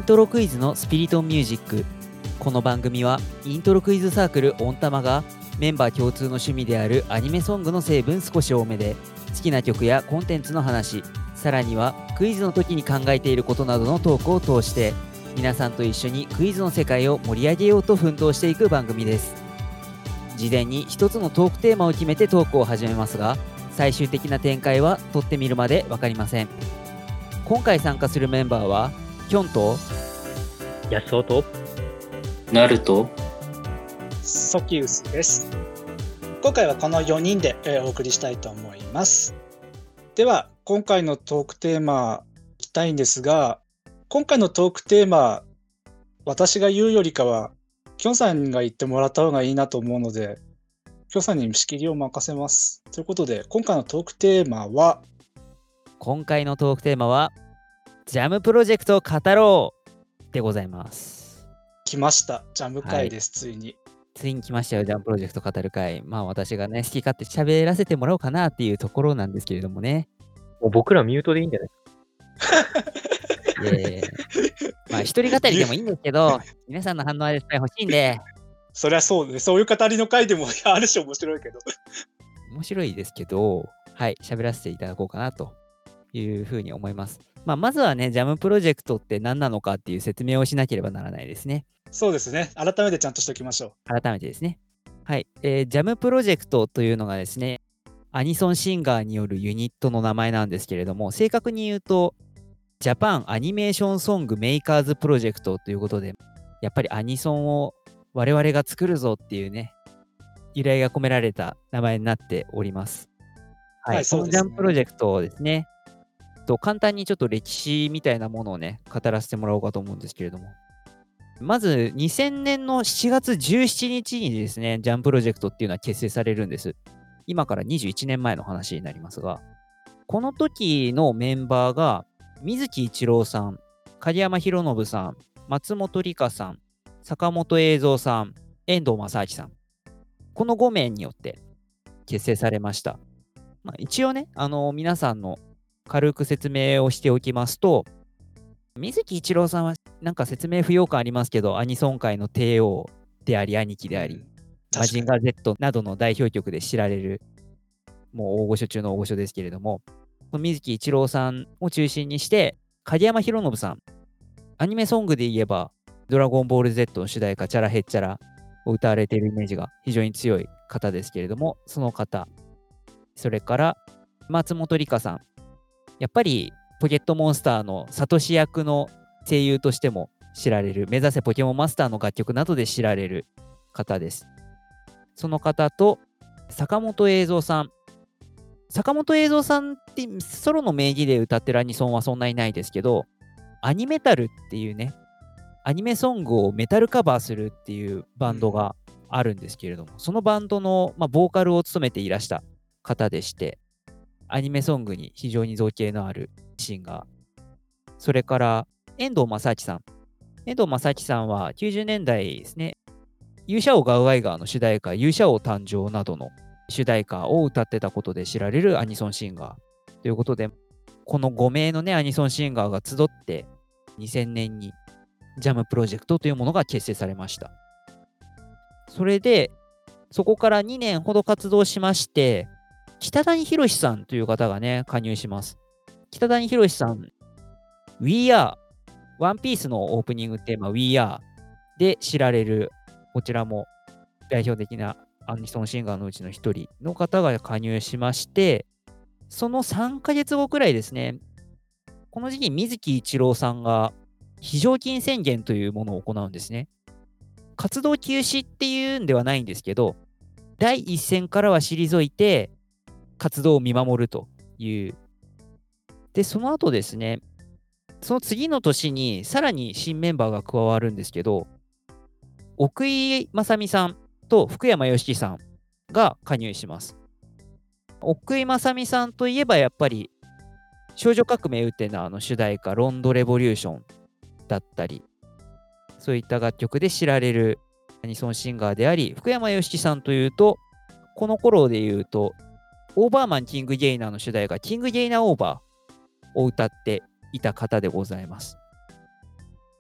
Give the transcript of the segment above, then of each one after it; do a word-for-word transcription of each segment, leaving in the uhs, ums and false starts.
トロクイズのスピリトンミュージック。この番組はイントロクイズサークルオンタマがメンバー共通の趣味であるアニメソングの成分少し多めで、好きな曲やコンテンツの話、さらにはクイズの時に考えていることなどのトークを通して皆さんと一緒にクイズの世界を盛り上げようと奮闘していく番組です。事前に一つのトークテーマを決めてトークを始めますが、最終的な展開は撮ってみるまで分かりません。今回参加するメンバーはキョンとヤスオとナルト、 ソキウスです。今回はこのよにんで、えー、お送りしたいと思います。では今回のトークテーマいきたいんですが、今回のトークテーマ私が言うよりかはキョンさんが言ってもらった方がいいなと思うので、キョンさんに仕切りを任せます。ということで今回のトークテーマは今回のトークテーマはジャムプロジェクトを語ろうでございます。 来ました、ジャム会です、はい、ついについに来ましたよ、ジャムプロジェクト語る会。まあ私がね好き勝手喋らせてもらおうかなっていうところなんですけれどもね。 もう僕らミュートでいいんじゃないですか。いやいやいやまあ一人語りでもいいんですけど皆さんの反応はですね欲しいんで。 そりゃそうね、そういう語りの回でもあるし面白いけど面白いですけど、はい喋らせていただこうかなというふうに思います。まあまずはね、ジャムプロジェクトって何なのかっていう説明をしなければならないですね。 そうですね、改めてちゃんとしておきましょう。改めてですね。はい、えー、ジャムプロジェクトというのがですね、アニソンシンガーによるユニットの名前なんですけれども、正確に言うとジャパンアニメーションソングメーカーズプロジェクトということで、やっぱりアニソンを我々が作るぞっていうね、由来が込められた名前になっております。はい、はい、そのジャムプロジェクトをですね、と簡単にちょっと歴史みたいなものをね語らせてもらおうかと思うんですけれども、まずにせんねんのしちがつじゅうしちにちにですね、ジャンプロジェクトっていうのは結成されるんです。今からにじゅういちねんまえの話になりますが、この時のメンバーが水木一郎さん、狩山博信さん、松本里香さん、坂本栄三さん、遠藤正明さん、このごめいによって結成されました。まあ、一応ね、あの皆さんの軽く説明をしておきますと、水木一郎さんはなんか説明不要感ありますけど、アニソン界の帝王であり兄貴であり、うん、マジンガー Z などの代表曲で知られるもう大御所中の大御所ですけれども、水木一郎さんを中心にして影山博信さん、アニメソングで言えばドラゴンボール Z の主題歌チャラヘッチャラを歌われているイメージが非常に強い方ですけれども、その方、それから松本里香さん、やっぱりポケットモンスターのサトシ役の声優としても知られる、目指せポケモンマスターの楽曲などで知られる方です。その方と坂本栄三さん、坂本栄三さんってソロの名義で歌ってるアニソンはそんなにないですけど、アニメタルっていうね、アニメソングをメタルカバーするっていうバンドがあるんですけれども、そのバンドの、まあ、ボーカルを務めていらした方でして、アニメソングに非常に造形のあるシンガー。それから遠藤正明さん。遠藤正明さんはきゅうじゅうねんだいですね、勇者王ガウアイガーの主題歌、勇者王誕生などの主題歌を歌ってたことで知られるアニソンシンガーということで、このごめいのねアニソンシンガーが集ってにせんねんにジャムプロジェクトというものが結成されました。それでそこからにねんほど活動しまして、北谷宏さんという方がね加入します。北谷宏さん、We Are、ワンピースのオープニングテーマ We Are で知られる、こちらも代表的なアニソンシンガーのうちの一人の方が加入しまして、そのさんかげつごくらいですね、この時期水木一郎さんが非常勤宣言というものを行うんですね。活動休止っていうんではないんですけど、第一線からは退いて活動を見守るという。で、その後ですね、その次の年にさらに新メンバーが加わるんですけど、奥井正美さんと福山良樹さんが加入します。奥井正美さんといえばやっぱり少女革命ウテナの主題歌ロンドレボリューションだったり、そういった楽曲で知られるアニソンシンガーであり、福山良樹さんというとこの頃で言うとオーバーマンキングゲイナーの主題歌キングゲイナーオーバーを歌っていた方でございます。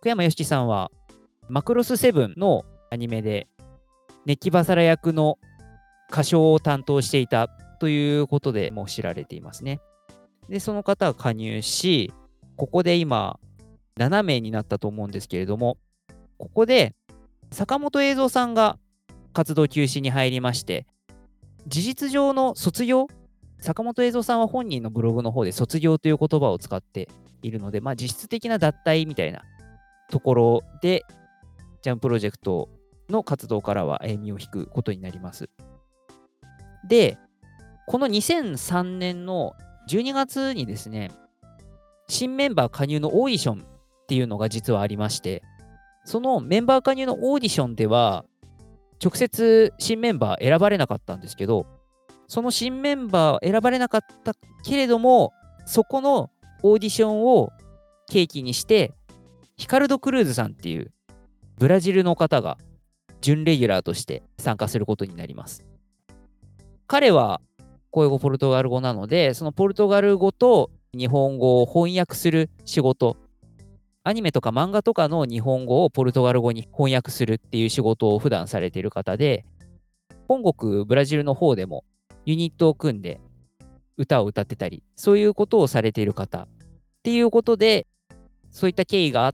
福山良樹さんはマクロスセブンのアニメでネッキバサラ役の歌唱を担当していたということでもう知られていますね。で、その方が加入し、ここで今ななめいになったと思うんですけれども、ここで坂本栄三さんが活動休止に入りまして、事実上の卒業、坂本栄三さんは本人のブログの方で卒業という言葉を使っているので、まあ、実質的な脱退みたいなところで、ジャンプロジェクトの活動からは身を引くことになります。で、このにせんさんねんのじゅうにがつにですね、新メンバー加入のオーディションっていうのが実はありまして、そのメンバー加入のオーディションでは、直接新メンバー選ばれなかったんですけど、その新メンバー選ばれなかったけれども、そこのオーディションを契機にして、ヒカルド・クルーズさんっていうブラジルの方が準レギュラーとして参加することになります。彼は公語ポルトガル語なので、そのポルトガル語と日本語を翻訳する仕事、アニメとか漫画とかの日本語をポルトガル語に翻訳するっていう仕事を普段されている方で、本国ブラジルの方でもユニットを組んで歌を歌ってたり、そういうことをされている方っていうことで、そういった経緯があって、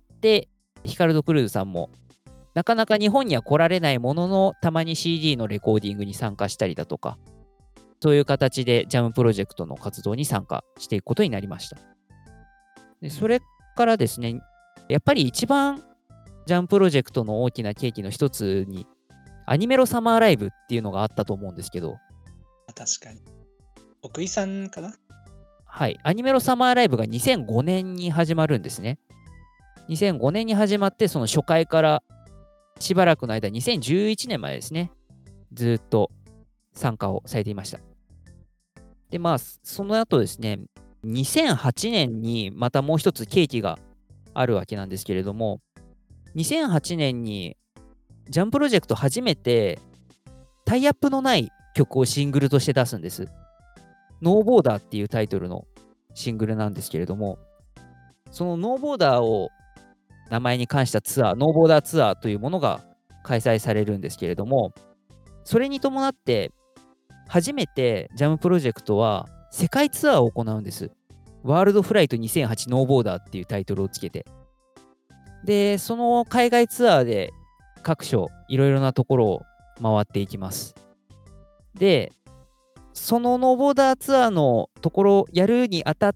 ヒカルド・クルーズさんもなかなか日本には来られないものの、たまに シーディー のレコーディングに参加したりだとか、そういう形でジャムプロジェクトの活動に参加していくことになりました。でそれからですね、やっぱり一番ジャンプロジェクトの大きな契機の一つに、アニメロサマーライブっていうのがあったと思うんですけど、 確かに。奥井さんかな。 はい、アニメロサマーライブがにせんごねんに始まるんですね。にせんごねんに始まって、その初回からしばらくの間、にせんじゅういちねんまでですね、ずっと参加をされていました。で、まあ、その後ですね、にせんはちねんにまたもう一つ契機があるわけなんですけれども、にせんはちねんにジャンプロジェクト初めてタイアップのない曲をシングルとして出すんです。ノーボーダーっていうタイトルのシングルなんですけれども、そのノーボーダーを名前に関したツアー、ノーボーダーツアーというものが開催されるんですけれども、それに伴って初めてジャムプロジェクトは世界ツアーを行うんです。ワールドフライトにせんはちノーボーダーっていうタイトルをつけて。で、その海外ツアーで各所いろいろなところを回っていきます。で、そのノーボーダーツアーのところをやるにあたって、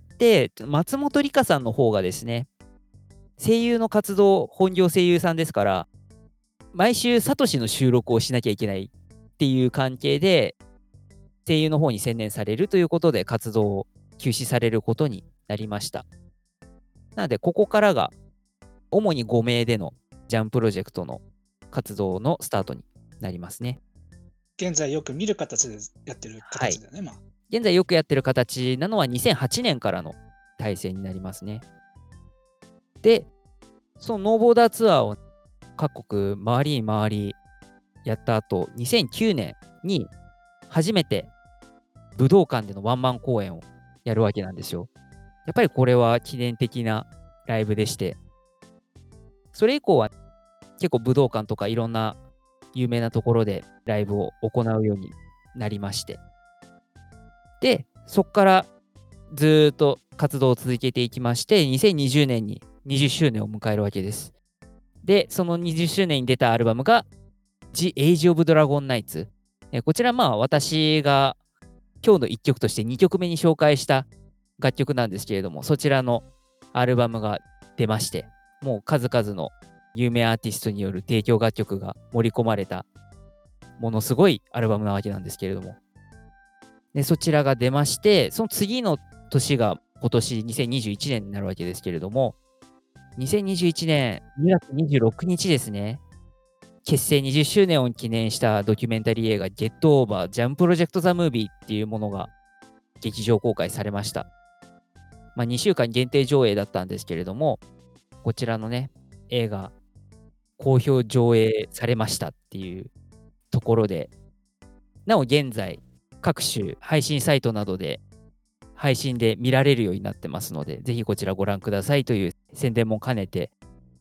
松本梨香さんの方がですね、声優の活動、本業声優さんですから、毎週サトシの収録をしなきゃいけないっていう関係で、声優の方に専念されるということで活動を休止されることになりました。なので、ここからが主にごめいでのジャンプロジェクトの活動のスタートになりますね。 現在よく見る形でやってる形だよね、まあ。 現在よくやってる形なのはにせんはちねんからの体制になりますね。で、そのノーボーダーツアーを各国回りに回りやった後、にせんきゅうねんに初めて武道館でのワンマン公演をやるわけなんですよ。やっぱりこれは記念的なライブでして、それ以降は結構武道館とかいろんな有名なところでライブを行うようになりまして、で、そこからずーっと活動を続けていきまして、にせんにじゅうねんににじゅっしゅうねんを迎えるわけです。で、そのにじゅっしゅうねんに出たアルバムが The Age of Dragon Knights。えこちらまあ私が今日のいっきょくとしてにきょくめに紹介した楽曲なんですけれども、そちらのアルバムが出まして、もう数々の有名アーティストによる提供楽曲が盛り込まれたものすごいアルバムなわけなんですけれども、でそちらが出まして、その次の年が今年にせんにじゅういちねんになるわけですけれども、にせんにじゅういちねんにがつにじゅうろくにちですね、結成にじゅっしゅうねんを記念したドキュメンタリー映画 Get Over Jam Project The Movie っていうものが劇場公開されました。まあ、にしゅうかん限定上映だったんですけれども、こちらのね、映画、好評上映されましたっていうところで、なお現在、各種配信サイトなどで配信で見られるようになってますので、ぜひこちらご覧くださいという宣伝も兼ねて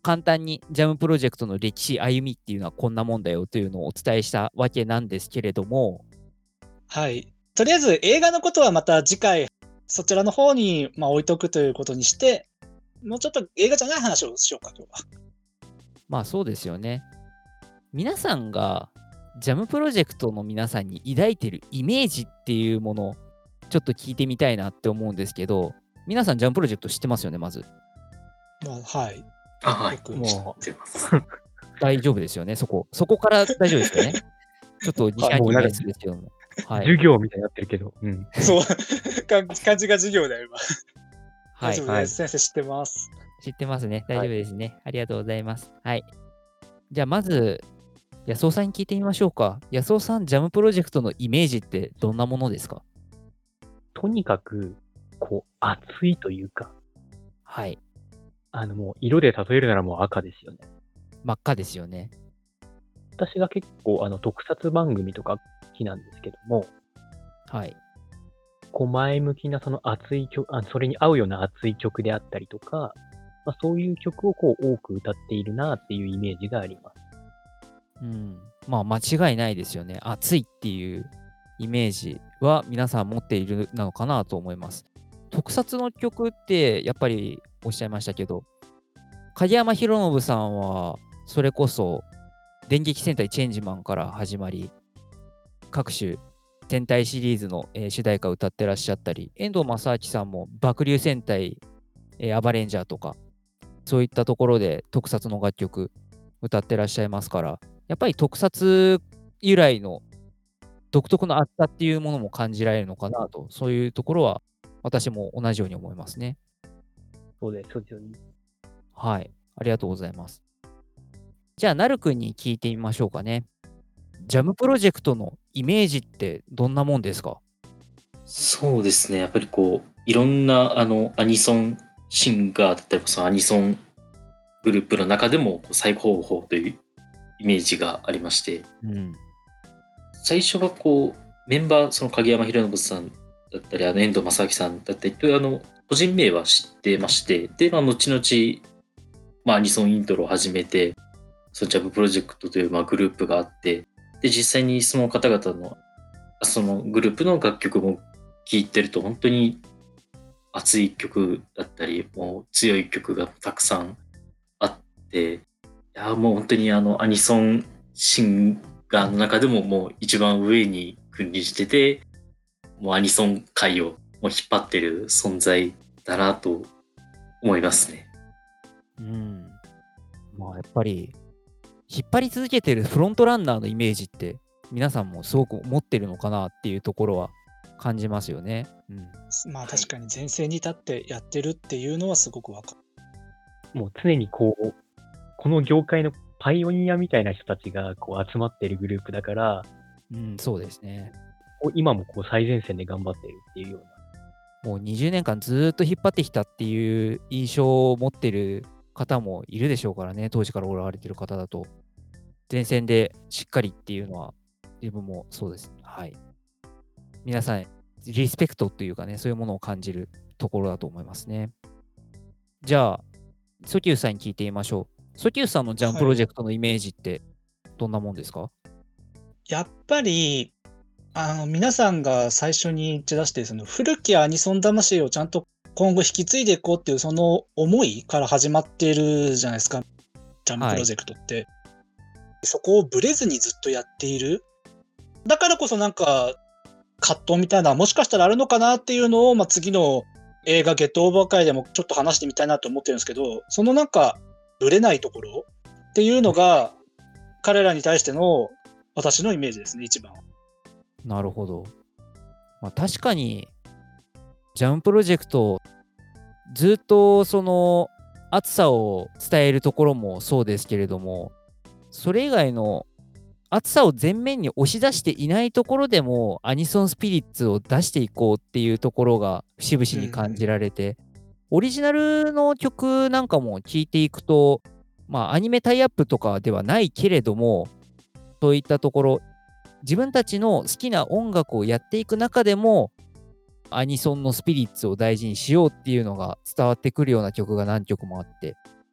簡単にジャムプロジェクトの歴史歩みっていうのはこんなもんだよというのをお伝えしたわけなんですけれども、 はい。とりあえず映画のことはまた次回、そちらの方にまあ置いとくということにして、もうちょっと映画じゃない話をしようか、今日は。 まあそうですよね。皆さんがジャムプロジェクトの皆さんに抱いてるイメージっていうものをちょっと聞いてみたいなって思うんですけど、皆さんジャムプロジェクト知ってますよね、まず。 まあ、はい。 あ、はい。 僕も知ってます。 大丈夫ですよね、そこ。そこから大丈夫ですよね。ちょっとにはいにもうなんかですけども。はい。 授業みたいになってるけど。うん。 そう、か漢字が授業だよ、今。 はい大丈。夫です。先生知ってます。 知ってますね。大丈夫ですね。ありがとうございます。はい。じゃあまず、安尾さんに聞いてみましょうか。安尾さん、ジャムプロジェクトのイメージってどんなものですか？ とにかく、こう、熱いというか、 はい。 あのもう色で例えるならもう赤ですよね。 真っ赤ですよね。 私が結構あの特撮番組とか好きなんですけども、 はい。 こう前向きなその熱い曲、あそれに合うような熱い曲であったりとか、まあ、そういう曲をこう多く歌っているなっていうイメージがあります。 うん。まあ間違いないですよね。熱いっていうイメージは皆さん持っているのかなと思います。特撮の曲ってやっぱりおっしゃいましたけど、影山博信さんはそれこそ電撃戦隊チェンジマンから始まり、各種戦隊シリーズの、えー主題歌を歌ってらっしゃったり、遠藤正明さんも爆竜戦隊、えーアバレンジャーとか、そういったところで特撮の楽曲歌ってらっしゃいますから、やっぱり特撮由来の独特の熱さっていうものも感じられるのかなと、そういうところは私も同じように思いますね。 そうです、そうですよね。 はい。ありがとうございます。じゃあ、なるくんに聞いてみましょうかね。ジャムプロジェクトのイメージってどんなもんですか？ そうですね。やっぱりこう、いろんなあのアニソンシンガーだったり、そのアニソングループの中でもこう最高峰というイメージがありまして、 うん。 最初はこう、メンバー、その影山博信さんだったり、あの遠藤正明さんだったりというあの個人名は知ってまして、で、まあ、後々、まあ、アニソンイントロを始めて、そのジャムプロジェクトというまあグループがあって、で、実際にその方々の、そのグループの楽曲も聴いてると、本当に熱い曲だったり、もう強い曲がたくさんあって、いや、もう本当にあのアニソンシンガーの中でももう一番上に君臨してて、もうアニソン界をもう引っ張ってる存在だなと思いますね。 うん。まあ、やっぱり、引っ張り続けてるフロントランナーのイメージって、皆さんもすごく持ってるのかなっていうところは感じますよね。うん。 まあ確かに前線に立ってやってるっていうのはすごくわかる。 もう常にこう、この業界のパイオニアみたいな人たちがこう集まっているグループだから、 うん、そうですね。 こう今もこう最前線で頑張ってるっていうような。 もうにじゅうねんかんずーっと引っ張ってきたっていう印象を持ってる方もいるでしょうからね、当時からおられてる方だと。前線でしっかりっていうのは、自分もそうです。はい。皆さん、リスペクトというかね、そういうものを感じるところだと思いますね。じゃあ、ソキューさんに聞いてみましょう。ソキューさんのジャンプロジェクトのイメージってどんなもんですか？ やっぱり、あの、皆さんが最初に打ち出して、その古きアニソン魂をちゃんと今後引き継いでいこうっていうその思いから始まっているじゃないですか、ジャムプロジェクトって。そこをブレずにずっとやっている。だからこそなんか、葛藤みたいなのはもしかしたらあるのかなっていうのを、まあ、次の映画ゲットオーバー会でもちょっと話してみたいなと思ってるんですけど、そのなんか、ブレないところっていうのが、彼らに対しての私のイメージですね、一番は。 なるほど。まあ、確かに、ジャムプロジェクト、ずっとその熱さを伝えるところもそうですけれども、それ以外の熱さを前面に押し出していないところでもアニソンスピリッツを出していこうっていうところが節々に感じられて、オリジナルの曲なんかも聴いていくと、まあアニメタイアップとかではないけれども、そういったところ、自分たちの好きな音楽をやっていく中でも、アニソンのスピリッツを大事にしようっていうのが伝わってくるような曲が何曲もあって、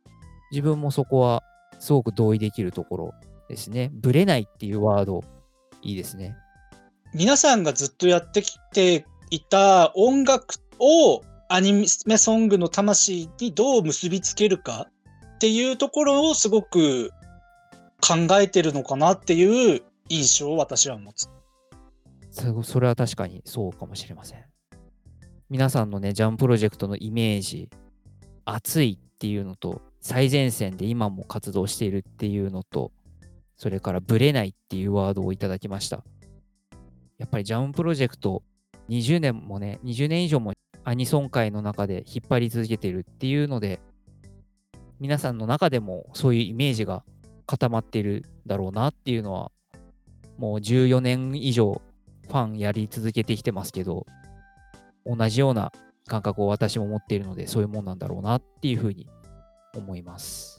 自分もそこはすごく同意できるところですね。ブレないっていうワード、いいですね。 皆さんがずっとやってきていた音楽をアニメソングの魂にどう結びつけるかっていうところをすごく考えてるのかなっていう印象を私は持つ。 そそれは確かにそうかもしれません。皆さんのね、ジャムプロジェクトのイメージ、熱いっていうのと、最前線で今も活動しているっていうのと、それからブレないっていうワードをいただきました。やっぱりジャムプロジェクトにじゅうねんもね、にじゅうねん以上もアニソン界の中で引っ張り続けているっていうので、皆さんの中でもそういうイメージが固まっているだろうなっていうのは、もうじゅうよねん以上ファンやり続けてきてますけど、同じような感覚を私も持っているので、そういうもんなんだろうなっていうふうに思います。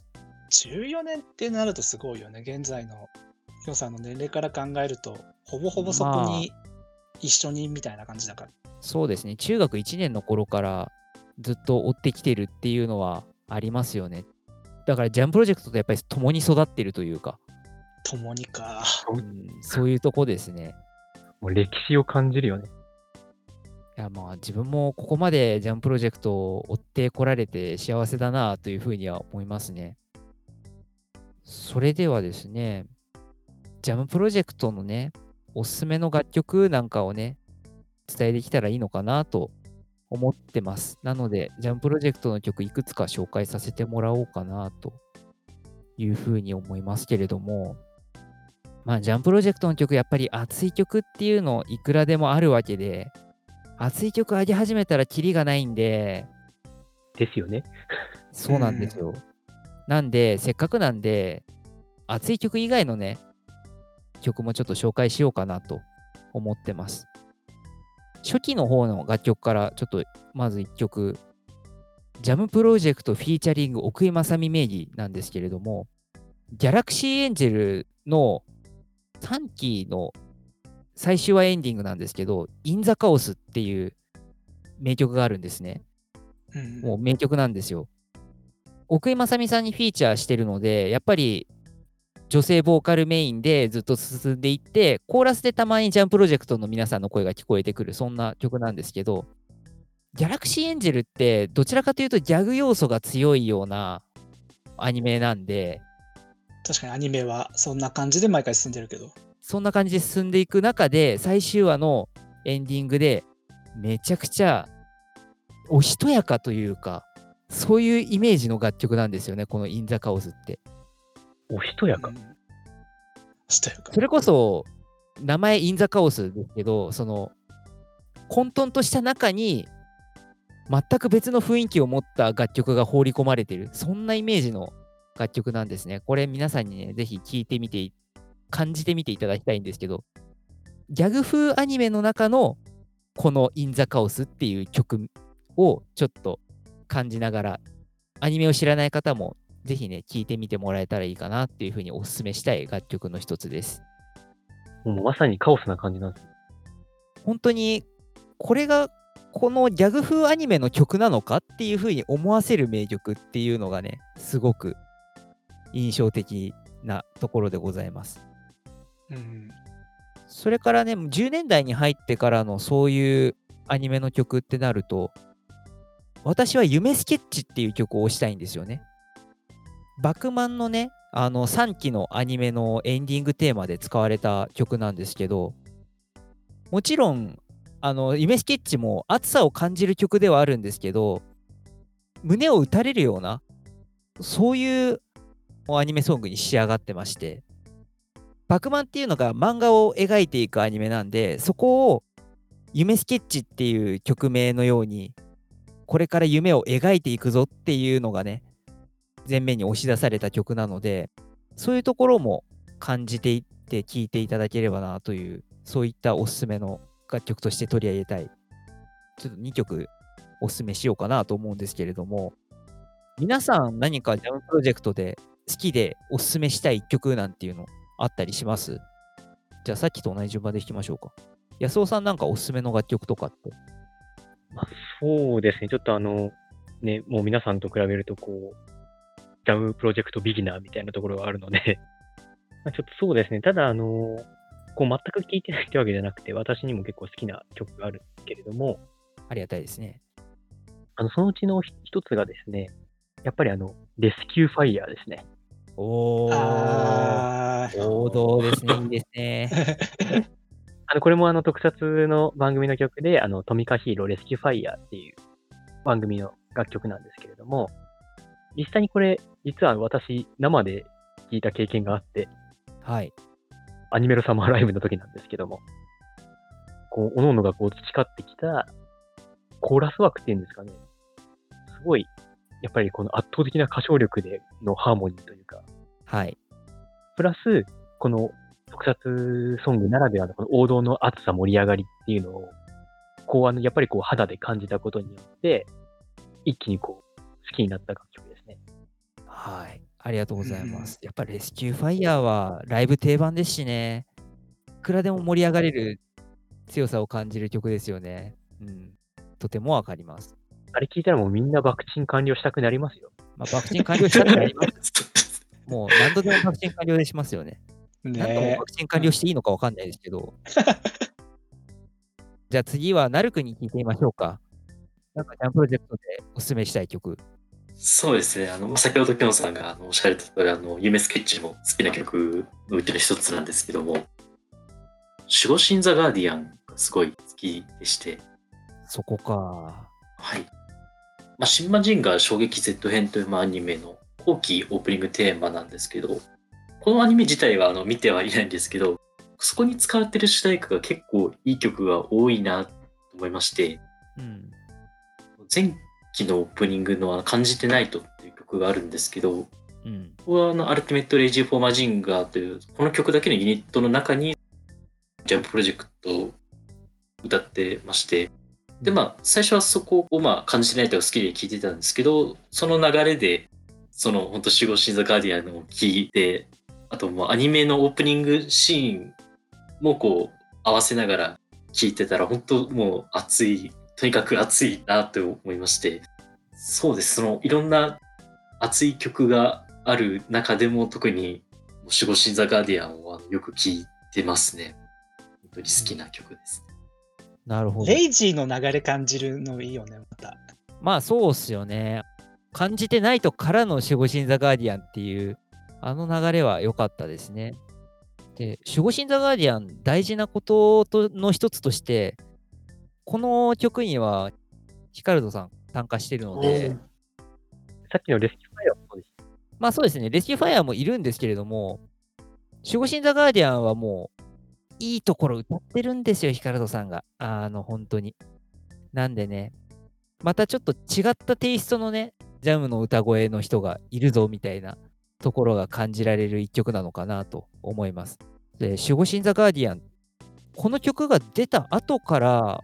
じゅうよねんってなるとすごいよね。現在のヒョンさんの年齢から考えると、ほぼほぼそこに一緒にみたいな感じだから。 そうですね。中学いちねんの頃からずっと追ってきてるっていうのはありますよね。だからジャムプロジェクトとやっぱり共に育ってるというか、 共にか。 うん、そういうとこですね。 もう歴史を感じるよね。 いやまあ自分もここまでジャムプロジェクトを追ってこられて幸せだなというふうには思いますね。それではですね、ジャムプロジェクトのね、おすすめの楽曲なんかをね、伝えできたらいいのかなと思ってます。なので、ジャムプロジェクトの曲いくつか紹介させてもらおうかなというふうに思いますけれども、まあ、ジャムプロジェクトの曲、やっぱり熱い曲っていうのいくらでもあるわけで、熱い曲上げ始めたらキリがないんで、 ですよね。 そうなんですよ。なんで、せっかくなんで、熱い曲以外のね、曲もちょっと紹介しようかなと思ってます。初期の方の楽曲からちょっとまずいっきょく、ジャムプロジェクトフィーチャリング奥井正美名義なんですけれども、ギャラクシーエンジェルのさんきの最終話エンディングなんですけど、インザカオスっていう名曲があるんですね。 うんもう名曲なんですよ。奥井正美さんにフィーチャーしてるので、やっぱり女性ボーカルメインでずっと進んでいって、コーラスでたまにジャンプロジェクトの皆さんの声が聞こえてくる、そんな曲なんですけど、ギャラクシーエンジェルってどちらかというとギャグ要素が強いようなアニメなんで、 確かにアニメはそんな感じで毎回進んでるけど。 そんな感じで進んでいく中で、最終話のエンディングでめちゃくちゃおしとやかというか、そういうイメージの楽曲なんですよね、このインザカオスって。 おしとやか。 うんしとやか。 それこそ、名前インザカオスですけど、その、混沌とした中に、全く別の雰囲気を持った楽曲が放り込まれている、そんなイメージの楽曲なんですね。これ皆さんにね、ぜひ聴いてみて、感じてみていただきたいんですけど、ギャグ風アニメの中の、このインザカオスっていう曲をちょっと感じながら、アニメを知らない方も、ぜひね、聴いてみてもらえたらいいかなっていうふうにお勧めしたい楽曲の一つです。 もうまさにカオスな感じなんです。 本当に、これがこのギャグ風アニメの曲なのかっていうふうに思わせる名曲っていうのがね、すごく印象的なところでございます。 うんそれからね、じゅうねんだいに入ってからのそういうアニメの曲ってなると、私は夢スケッチっていう曲を推したいんですよね。バクマンのね、あのさんきのアニメのエンディングテーマで使われた曲なんですけど、もちろん、あの、夢スケッチも熱さを感じる曲ではあるんですけど、胸を打たれるような、そういうアニメソングに仕上がってまして、バクマンっていうのが漫画を描いていくアニメなんで、そこを夢スケッチっていう曲名のように、これから夢を描いていくぞっていうのがね、前面に押し出された曲なので、そういうところも感じていって聴いていただければなという、そういったおすすめの楽曲として取り上げたい。ちょっとにきょくおすすめしようかなと思うんですけれども、皆さん何かジャムプロジェクトで好きでおすすめしたいいっきょくなんていうのあったりします？じゃあさっきと同じ順番で弾きましょうか。安尾さんなんかおすすめの楽曲とかって？ まあ、そうですね。ちょっとあの、ね、もう皆さんと比べるとこう、 ジャムプロジェクトビギナーみたいなところがあるので、まあちょっとそうですね。ただ、あのーこう全く聴いてないってわけじゃなくて、私にも結構好きな曲があるんですけれども、 ありがたいですね。 あの、そのうちのひ一つがですね、やっぱりあの、レスキューファイヤーですね。 おー、 あー王道ですね。いいですね。 あの、これもあの、特撮の番組の曲で、あの、トミカヒーローレスキューファイヤーっていう番組の楽曲なんですけれども、実際にこれ、実は私、生で聴いた経験があって、 はい。 アニメロサマーライブの時なんですけども、こう、各々がこう培ってきたコーラス枠っていうんですかね。すごい、やっぱりこの圧倒的な歌唱力でのハーモニーというか、 はい。 プラス、この特撮ソングならではのこの王道の熱さ盛り上がりっていうのを、こう、あの、やっぱりこう肌で感じたことによって、一気にこう、好きになった楽曲ですね。 はい。ありがとうございます。やっぱりレスキューファイヤーはライブ定番ですしね。いくらでも盛り上がれる強さを感じる曲ですよね。うん。とてもわかります。 あれ聞いたらもうみんな爆沈完了したくなりますよ。 まあ、爆心完了したくなります。もう何度でも爆心完了でしますよね。何度もね爆心完了していいのかわかんないですけど。じゃあ次はなるくんに聞いてみましょうか。なんかジャンプロジェクトでおすすめしたい曲。 そうですね。あの、先ほどきょんさんがあのおっしゃられた通り、あの、夢スケッチも好きな曲のうちの一つなんですけども、守護神ザ・ガーディアンがすごい好きでして、 そこか。 はい。まあ、シンマジンガー衝撃 Z 編というまあアニメの後期オープニングテーマなんですけど、このアニメ自体はあの見てはいないんですけど、そこに使われてる主題歌が結構いい曲が多いなと思いまして、 うん。 前期のオープニングのあの感じてないとっていう曲があるんですけど、 うん。 ここはあのアルティメット・レイジー・フォー・マジンガーというこの曲だけのユニットの中にジャンププロジェクトを歌ってまして、でまあ最初はそこをまあ感じてないと好きで聴いてたんですけど、その流れでその本当守護神ザ・ガーディアンを聴いて、あともうアニメのオープニングシーンもこう合わせながら聴いてたら本当もう熱い、とにかく熱いなと思いまして、そうです、そのいろんな熱い曲がある中でも特に守護神ザ・ガーディアンをよく聴いてますね。本当に好きな曲です。 なるほど。 レイジーの流れ感じるのいいよね、また。 まあそうっすよね。感じてないとからの守護神ザ・ガーディアンっていうあの流れは良かったですね。で、守護神ザ・ガーディアン大事なこととの一つとして、この曲にはヒカルドさん参加してるので、 さっきのレスキューファイヤーもそうです。 まあそうですね、レスキューファイヤーもいるんですけれども、守護神ザ・ガーディアンはもういいところ歌ってるんですよ、ヒカルドさんが。あの、本当に。なんでね、またちょっと違ったテイストのね、ジャムの歌声の人がいるぞみたいなところが感じられる一曲なのかなと思います。で、守護神ザ・ガーディアン、この曲が出た後から、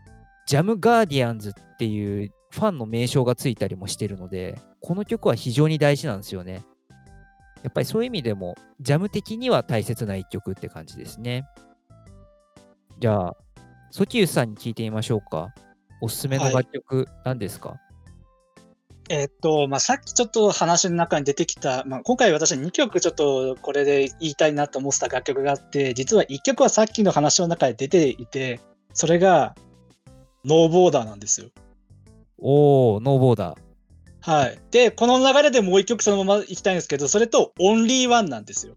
ジャム・ガーディアンズっていうファンの名称がついたりもしてるので、この曲は非常に大事なんですよね。やっぱりそういう意味でも、ジャム的には大切な一曲って感じですね。じゃあ、ソキウスさんに聞いてみましょうか。おすすめの楽曲、何ですか？ えっと、まあ、さっきちょっと話の中に出てきた、まあ、今回私にきょくちょっとこれで言いたいなと思ってた楽曲があって、実はいっきょくはさっきの話の中で出ていて、それがノーボーダーなんですよ。 おー、ノーボーダー。 はい。で、この流れでもういっきょくそのまま行きたいんですけど、それとオンリーワンなんですよ。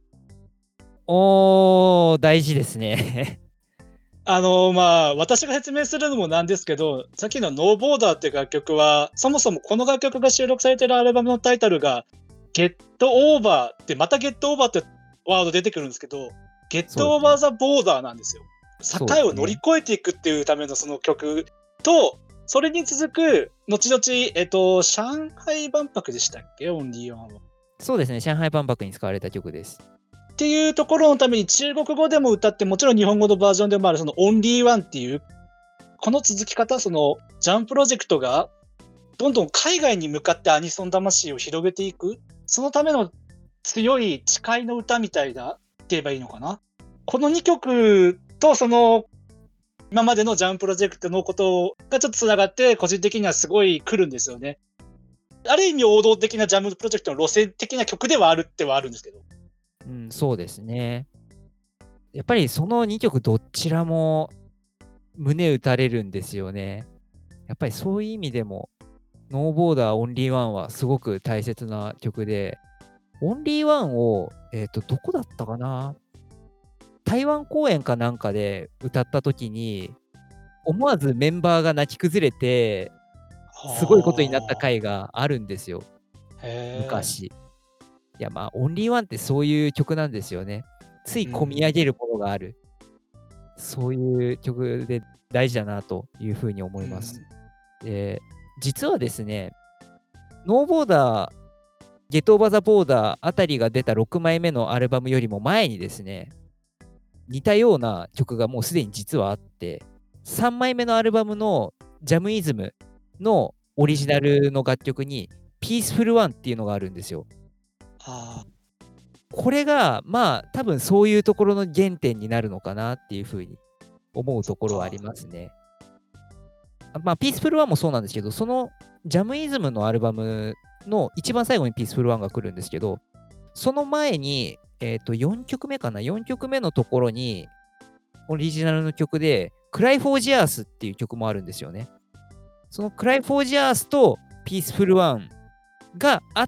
おー、大事ですね。 あのまあ私が説明するのもなんですけど、さっきのノーボーダーっていう楽曲は、そもそもこの楽曲が収録されているアルバムのタイトルがゲットオーバーって、またゲットオーバーってワード出てくるんですけど、ゲットオーバーザボーダーなんですよ。境を乗り越えていくっていうためのその曲と、それに続く後々、えっと、上海万博でしたっけ、オンリーワンは。 そうですね、上海万博に使われた曲です。 っていうところのために中国語でも歌って、もちろん日本語のバージョンでもあるそのオンリーワンっていうこの続き方、そのジャンプロジェクトがどんどん海外に向かってアニソン魂を広げていく、そのための強い誓いの歌みたいなって言えばいいのかな。このにきょくとその今までのジャンプロジェクトのことがちょっとつながって、個人的にはすごい来るんですよね。 ある意味王道的なジャムプロジェクトの路線的な曲ではあるってはあるんですけど。 うん、そうですね。やっぱりそのにきょくどちらも胸打たれるんですよね。やっぱりそういう意味でも、ノーボーダーオンリーワンはすごく大切な曲で、オンリーワンを、えっと、どこだったかな、台湾公演かなんかで歌った時に、思わずメンバーが泣き崩れて、すごいことになった回があるんですよ、 へー。 昔。いや、まあ、オンリーワンってそういう曲なんですよね。つい込み上げるものがある。そういう曲で大事だなというふうに思います。で、実はですね、ノーボーダー、ゲットオーバーザボーダーあたりが出たろくまいめのアルバムよりも前にですね、似たような曲がもうすでに実はあって、さんまいめのアルバムのジャムイズムのオリジナルの楽曲に、ピースフルワンっていうのがあるんですよ。 あこれが、まあ、多分そういうところの原点になるのかなっていうふうに思うところはありますね。あまあ、ピースフルワンもそうなんですけど、そのジャムイズムのアルバムの一番最後にピースフルワンが来るんですけど、その前に、えっと、よんきょくめかな ?よん 曲目のところに、オリジナルの曲で、クライフォージアースっていう曲もあるんですよね。そのクライフォージアースとピースフルワンがあって、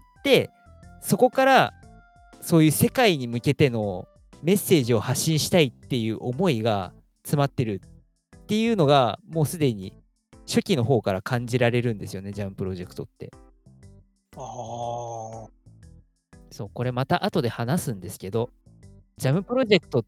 そこからそういう世界に向けてのメッセージを発信したいっていう思いが詰まってるっていうのが、もうすでに初期の方から感じられるんですよね、ジャムプロジェクトって。 あー。 そう、これまた後で話すんですけど、ジャムプロジェクトって、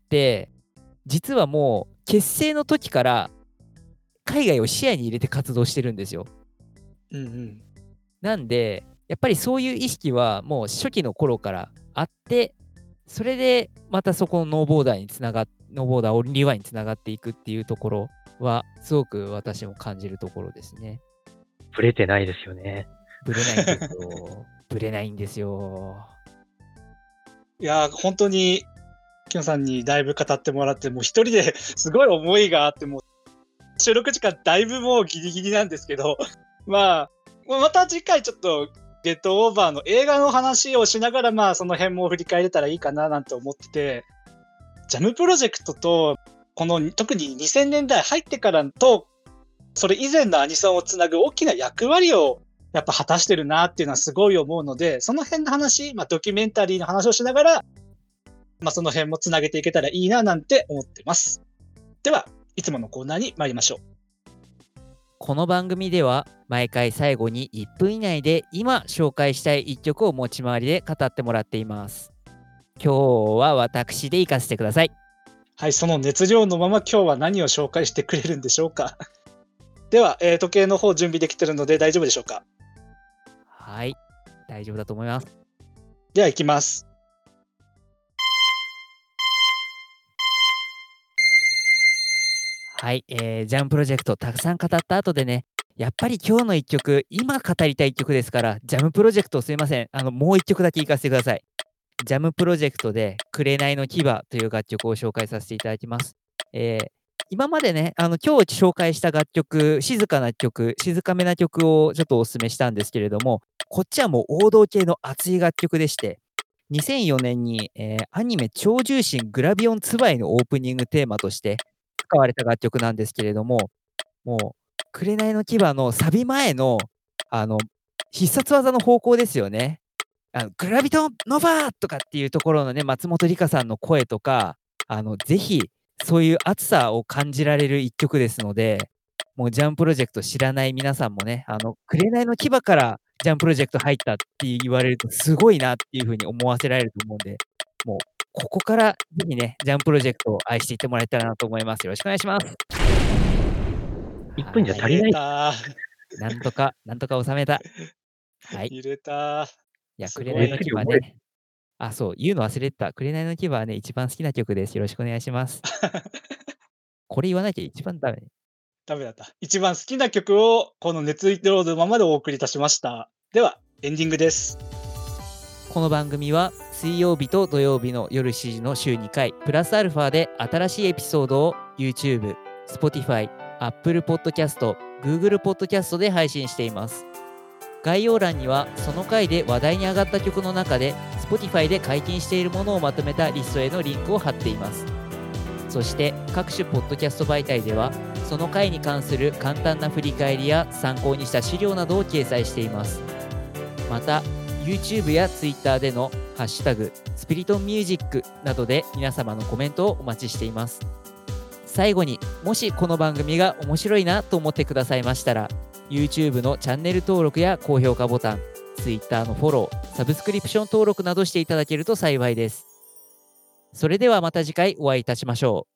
実はもう結成の時から海外を視野に入れて活動してるんですよ。 うんうん。 なんで、やっぱりそういう意識はもう初期の頃からあって、それでまたそこのノーボーダーにつながっ、ノーボーダーオンリーワンにつながっていくっていうところは、すごく私も感じるところですね。 ブレてないですよね。 ブレないんですよ。ブレないんですよ。 いやー、本当に、きのさんにだいぶ語ってもらって、もう一人ですごい思いがあって、もう収録時間だいぶもうギリギリなんですけど、まあ、また次回ちょっと、ゲットオーバーの映画の話をしながら、まあ、その辺も振り返れたらいいかななんて思ってて、ジャムプロジェクトと、この特ににせんねんだい入ってからと、それ以前のアニソンをつなぐ大きな役割をやっぱ果たしてるなっていうのはすごい思うので、その辺の話、まあ、ドキュメンタリーの話をしながら、まあ、その辺もつなげていけたらいいななんて思ってます。では、いつものコーナーに参りましょう。 この番組では毎回最後にいっぷん以内で今紹介したいいっきょくを持ち回りで語ってもらっています。今日は私で行かせてください。 はい、その熱量のまま今日は何を紹介してくれるんでしょうか。では、えー、時計の方準備できてるので大丈夫でしょうか。 はい、大丈夫だと思います。 では行きます。 はい、えー、ジャムプロジェクトたくさん語った後でね、やっぱり今日のいっきょく、今語りたいいっきょくですから、ジャムプロジェクトすいません、あのもういっきょくだけ行かせてください。ジャムプロジェクトで紅の牙という楽曲を紹介させていただきます。えー、今までね、あの今日紹介した楽曲、静かな曲、静かめな曲をちょっとお勧めしたんですけれども、こっちはもう王道系の熱い楽曲でして、にせんよねんに、えー、アニメ超重心グラビオンツバイのオープニングテーマとして使われた楽曲なんですけれども、もう、紅の牙のサビ前の、あの、必殺技の方向ですよね。あのグラビトンノバーとかっていうところのね、松本梨香さんの声とか、あの、ぜひ、そういう熱さを感じられる一曲ですので、もうジャンプロジェクト知らない皆さんもね、あの、紅の牙からジャンプロジェクト入ったって言われるとすごいなっていう風に思わせられると思うんで、もう、ここからぜひね、ジャンプロジェクトを愛していってもらえたらなと思います。よろしくお願いします。 いっぷんじゃはい足りない。 たなんとか、なんとか収めた。はい。 入れたいや、 すごい紅の牙ね。あ、そう、言うの忘れてた。紅の牙はね、一番好きな曲です。よろしくお願いします。これ言わなきゃ一番ダメ。 ダメだった。一番好きな曲をこの熱量のままでお送りいたしました。では、エンディングです。 この番組は水曜日と土曜日の夜しちじの週にかい、プラスアルファで新しいエピソードを YouTube、Spotify、Apple Podcast、Google Podcast で配信しています。 概要欄にはその回で話題に上がった曲の中で Spotify で解禁しているものをまとめたリストへのリンクを貼っています。そして各種ポッドキャスト媒体ではその回に関する簡単な振り返りや参考にした資料などを掲載しています。また YouTube や Twitter でのハッシュタグスピリトンミュージックなどで皆様のコメントをお待ちしています。最後に、もしこの番組が面白いなと思ってくださいましたら YouTube のチャンネル登録や高評価ボタン、Twitter のフォロー、サブスクリプション登録などしていただけると幸いです。それではまた次回お会いいたしましょう。